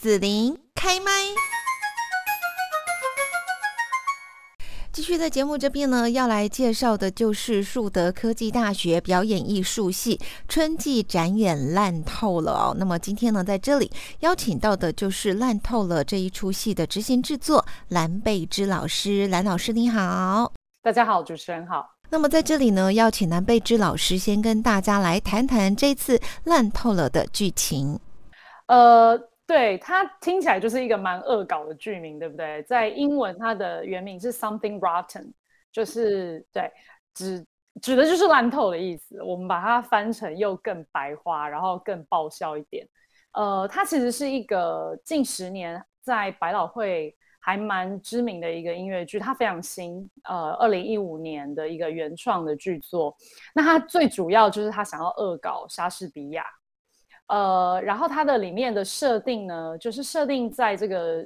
子琳开麦。继续在节目这边呢，要来介绍的就是树德科技大学表演艺术系春季展演烂透了哦。那么今天呢，在这里邀请到的就是烂透了这一出戏的执行制作蓝贝芝老师。蓝老师你好。 大家好，主持人好。 那么在这里呢，要请蓝贝芝老师先跟大家来谈谈这次烂透了的剧情。 对，它听起来就是一个蛮恶搞的剧名，对不对？在英文它的原名是 Something Rotten， 就是对，指的就是烂透的意思。我们把它翻成又更白花，然后更爆笑一点。它其实是一个近10年在百老汇还蛮知名的一个音乐剧，它非常新，2015年的一个原创的剧作。那它最主要就是它想要恶搞莎士比亚。然后它的里面的设定呢，就是设定在这个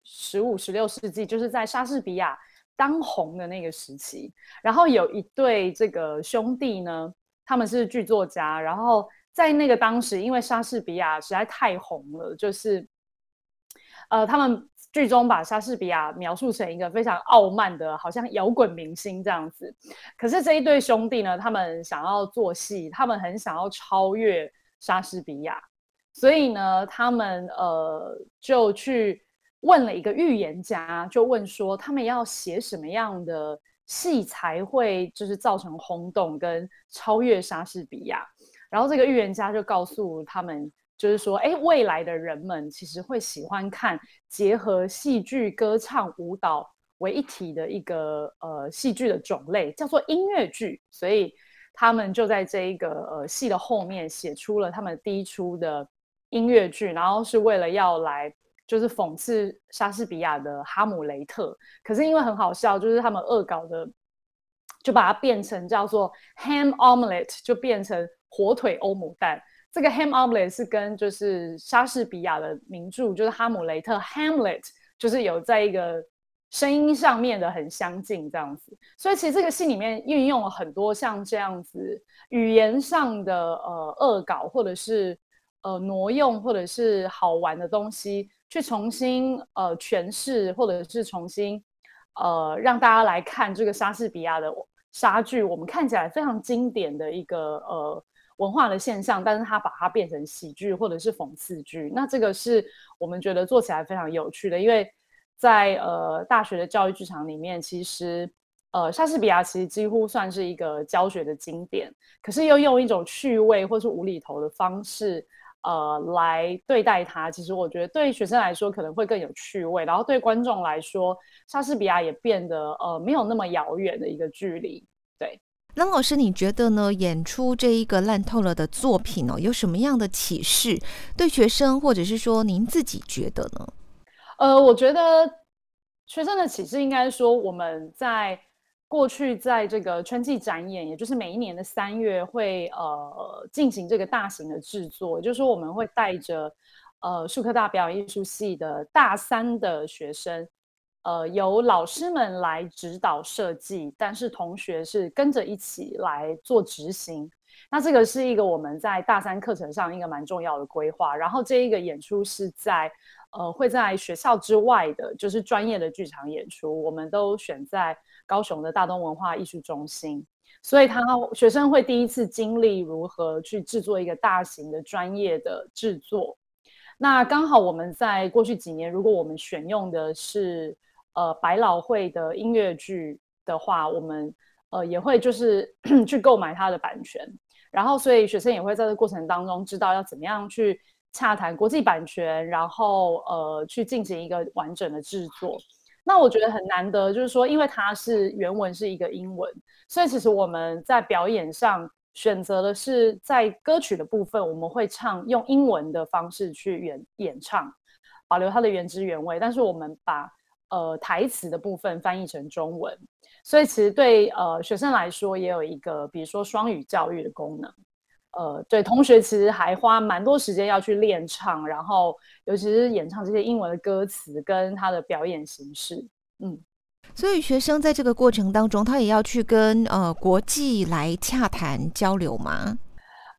15、16世纪，就是在莎士比亚当红的那个时期。然后有一对这个兄弟呢，他们是剧作家，然后在那个当时，因为莎士比亚实在太红了，就是他们剧中把莎士比亚描述成一个非常傲慢的，好像摇滚明星这样子。可是这一对兄弟呢，他们想要做戏，他们很想要超越莎士比亚，所以呢，他们就去问了一个预言家，就问说他们要写什么样的戏才会就是造成轰动跟超越莎士比亚。然后这个预言家就告诉他们，就是说，未来的人们其实会喜欢看结合戏剧、歌唱、舞蹈为一体的一个戏剧的种类，叫做音乐剧。所以他们就在这一个戏的后面写出了他们第一出的音乐剧，然后是为了要来就是讽刺莎士比亚的《哈姆雷特》。可是因为很好笑，就是他们恶搞的，就把它变成叫做 ham omelette， 就变成火腿欧姆蛋。这个 ham omelette 是跟就是莎士比亚的名著就是《哈姆雷特》Hamlet 就是有在一个声音上面的很相近这样子。所以其实这个戏里面运用了很多像这样子语言上的恶搞，或者是挪用，或者是好玩的东西，去重新诠释，或者是重新让大家来看这个莎士比亚的莎剧，我们看起来非常经典的一个文化的现象，但是他把它变成喜剧或者是讽刺剧。那这个是我们觉得做起来非常有趣的，因为在大学的教育剧场里面，其实莎士比亚其实几乎算是一个教学的经典，可是又用一种趣味或是无厘头的方式来对待它。其实我觉得对学生来说可能会更有趣味，然后对观众来说，莎士比亚也变得没有那么遥远的一个距离。对。 那老师你觉得呢，演出这一个烂透了的作品有什么样的启示对学生，或者是说您自己觉得呢？ 我觉得学生的启示应该说，我们在过去在这个春季展演，也就是每一年的3月会进行这个大型的制作，也就是说我们会带着树科大表演艺术系的大3的学生，由老师们来指导设计，但是同学是跟着一起来做执行。那这个是一个我们在大3课程上一个蛮重要的规划。然后这一个演出是在会在学校之外的，就是专业的剧场演出，我们都选在高雄的大东文化艺术中心。所以学生会第一次经历如何去制作一个大型的专业的制作。那刚好我们在过去几年，如果我们选用的是百老汇的音乐剧的话，我们也会就是去购买它的版权，然后所以学生也会在这个过程当中知道要怎么样去洽谈国际版权，然后去进行一个完整的制作。那我觉得很难得，就是说，因为它是原文是一个英文，所以其实我们在表演上选择的是在歌曲的部分，我们会用英文的方式去演唱，保留它的原汁原味，但是我们把台词的部分翻译成中文，所以其实对学生来说也有一个比如说双语教育的功能。对，同学其实还花蛮多时间要去练唱，然后尤其是演唱这些英文的歌词跟他的表演形式。 所以学生在这个过程当中，他也要去跟国际来洽谈交流吗？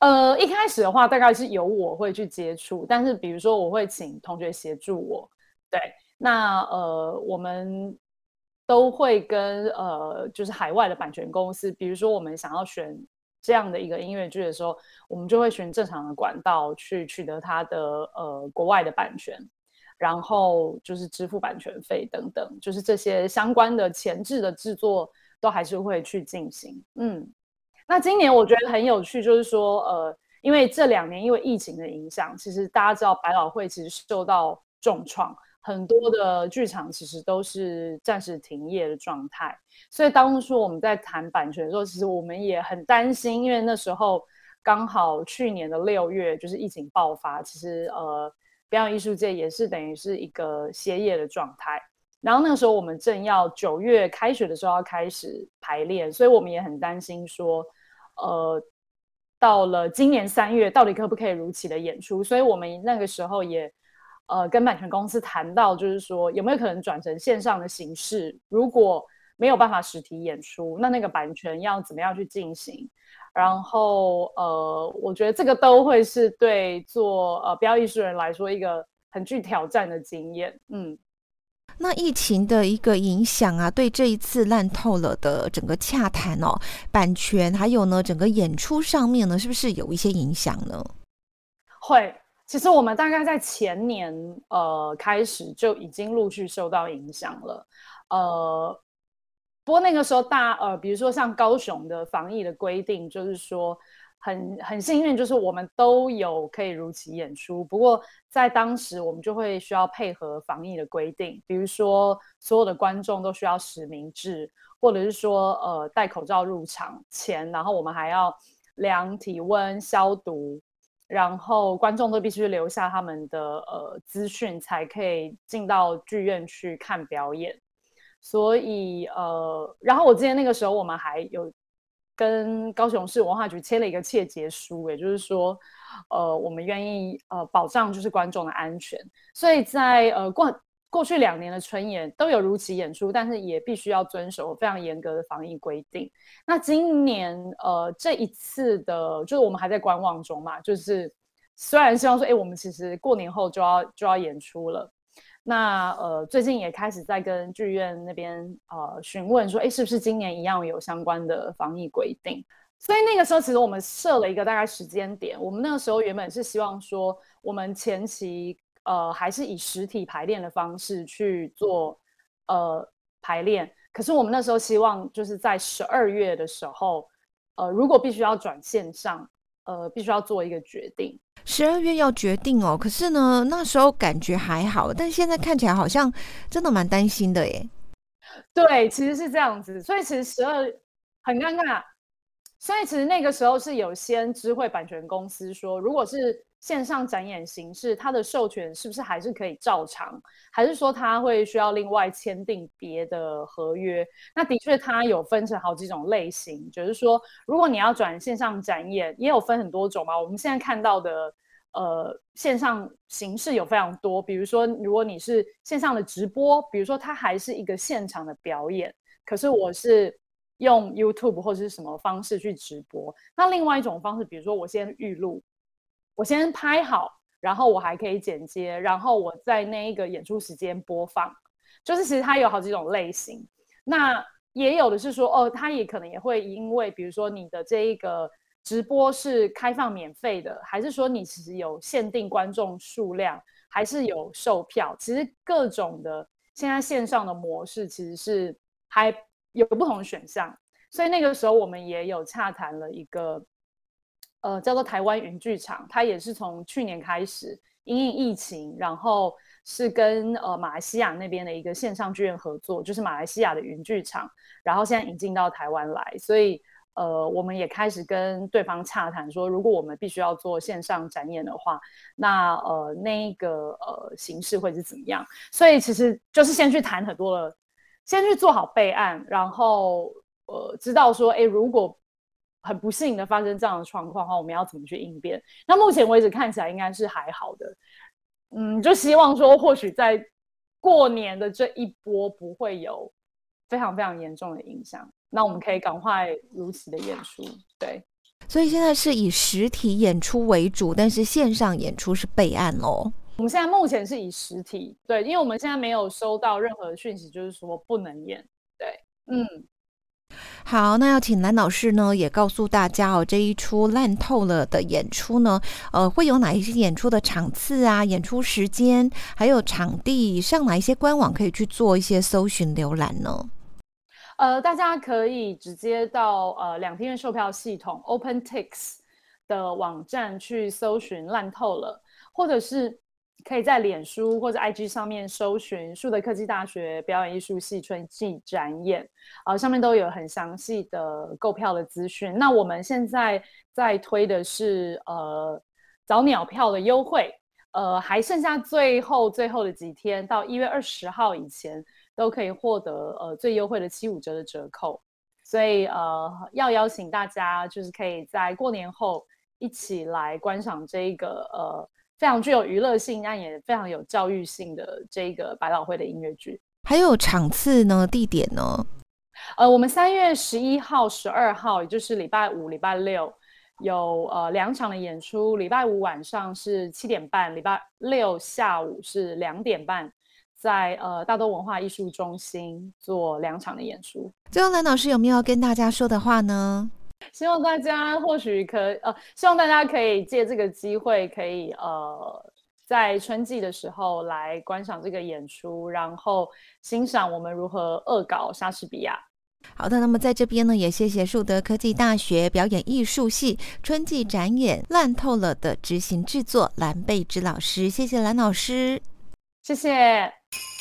一开始的话，大概是由我会去接触，但是比如说我会请同学协助我，对，那我们都会跟就是海外的版权公司，比如说我们想要选这样的一个音乐剧的时候，我们就会循正常的管道去取得它的国外的版权，然后就是支付版权费等等，就是这些相关的前置的制作都还是会去进行，那今年我觉得很有趣，就是说，因为这2年因为疫情的影响，其实大家知道百老汇其实受到重创，很多的剧场其实都是暂时停业的状态。所以当初我们在谈版权的时候，其实我们也很担心，因为那时候刚好去年的6月就是疫情爆发，其实表演艺术界也是等于是一个歇业的状态。然后那个时候我们正要9月开学的时候要开始排练，所以我们也很担心说，到了今年3月，到底可不可以如期的演出？所以我们那个时候也跟版权公司谈到，就是说有没有可能转成线上的形式？如果没有办法实体演出，那个版权要怎么样去进行？然后我觉得这个都会是对做表演艺术人来说一个很具挑战的经验。 那疫情的一个影响啊，对这一次烂透了的整个洽谈哦，版权还有呢整个演出上面呢，是不是有一些影响呢？ 会，其实我们大概在前年开始就已经陆续受到影响了。不过那个时候比如说像高雄的防疫的规定，就是说很幸运，就是我们都有可以如期演出。不过在当时，我们就会需要配合防疫的规定，比如说所有的观众都需要实名制，或者是说戴口罩入场前，然后我们还要量体温、消毒，然后观众都必须留下他们的资讯，才可以进到剧院去看表演。所以然后我记得那个时候我们还有跟高雄市文化局签了一个切结书，也就是说，我们愿意保障就是观众的安全。所以在过去2年的春演都有如期演出，但是也必须要遵守非常严格的防疫规定。那今年这一次的，就是我们还在观望中嘛，就是虽然希望说，我们其实过年后就要演出了。那最近也开始在跟剧院那边询问说，是不是今年一样有相关的防疫规定？所以那个时候其实我们设了一个大概时间点，我们那个时候原本是希望说，我们前期还是以实体排练的方式去做排练，可是我们那时候希望就是在12月的时候，如果必须要转线上，必须要做一个决定。 12月要决定哦，可是呢，那时候感觉还好，但现在看起来好像真的蛮担心的耶。 对，其实是这样子，所以其实很尴尬，所以其实那个时候是有先知会版权公司说，如果是线上展演形式，它的授权是不是还是可以照常，还是说它会需要另外签订别的合约？那的确它有分成好几种类型，就是说如果你要转线上展演，也有分很多种嘛。我们现在看到的线上形式有非常多，比如说如果你是线上的直播，比如说它还是一个现场的表演，可是我是用 YouTube 或者是什么方式去直播。那另外一种方式，比如说我先预录，我先拍好，然后我还可以剪接，然后我在那一个演出时间播放，就是其实它有好几种类型。那也有的是说，它也可能也会因为，比如说你的这一个直播是开放免费的，还是说你其实有限定观众数量，还是有售票？其实各种的现在线上的模式其实是还有不同的选项。所以那个时候我们也有洽谈了一个叫做台湾云剧场，它也是从去年开始因应疫情，然后是跟马来西亚那边的一个线上剧院合作，就是马来西亚的云剧场，然后现在引进到台湾来，所以我们也开始跟对方洽谈说，如果我们必须要做线上展演的话，那那一个形式会是怎么样？所以其实就是先去谈很多的，先去做好备案，然后知道说，如果很不幸的发生这样的状况的话，我们要怎么去应变？那目前为止看起来应该是还好的，就希望说或许在过年的这一波不会有非常非常严重的影响，那我们可以赶快如期的演出。对， 所以现在是以实体演出为主，但是线上演出是备案咯。 我们现在目前是以实体，对，因为我们现在没有收到任何讯息，就是说不能演。对， 好，那要请蓝老师呢也告诉大家哦，这一出烂透了的演出呢，会有哪一些演出的场次啊、演出时间，还有场地，上哪一些官网可以去做一些搜寻浏览呢？ 大家可以直接到两厅院售票系统 OpenTix 的网站去搜寻烂透了，或者是可以在脸书或者 IG 上面搜寻树德科技大学表演艺术系春季展演，上面都有很详细的购票的资讯。那我们现在在推的是早鸟票的优惠，还剩下最后的几天，到1月20号以前都可以获得最优惠的75折的折扣。所以要邀请大家，就是可以在过年后一起来观赏这一个非常具有娱乐性，但也非常有教育性的这个百老汇的音乐剧。 还有场次呢，地点呢？ 我们3月11号、12号，也就是礼拜五、礼拜六有2场的演出，礼拜五晚上是7点半，礼拜六下午是2点半，在大都文化艺术中心做2场的演出。 最后蓝老师有没有要跟大家说的话呢？ 希望大家希望大家可以借这个机会，可以在春季的时候来观赏这个演出，然后欣赏我们如何恶搞莎士比亚。 好的，那么在这边呢，也谢谢树德科技大学表演艺术系春季展演烂透了的执行制作蓝贝芝老师，谢谢蓝老师， 谢谢。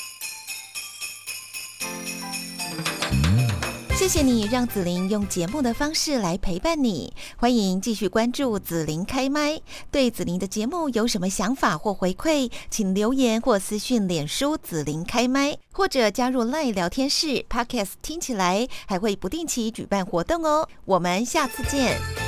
谢谢你让子琳用节目的方式来陪伴你，欢迎继续关注子琳开麦。对子琳的节目有什么想法或回馈，请留言或私讯脸书子琳开麦，或者加入 LINE 聊天室 Podcast 听起来，还会不定期举办活动哦。我们下次见。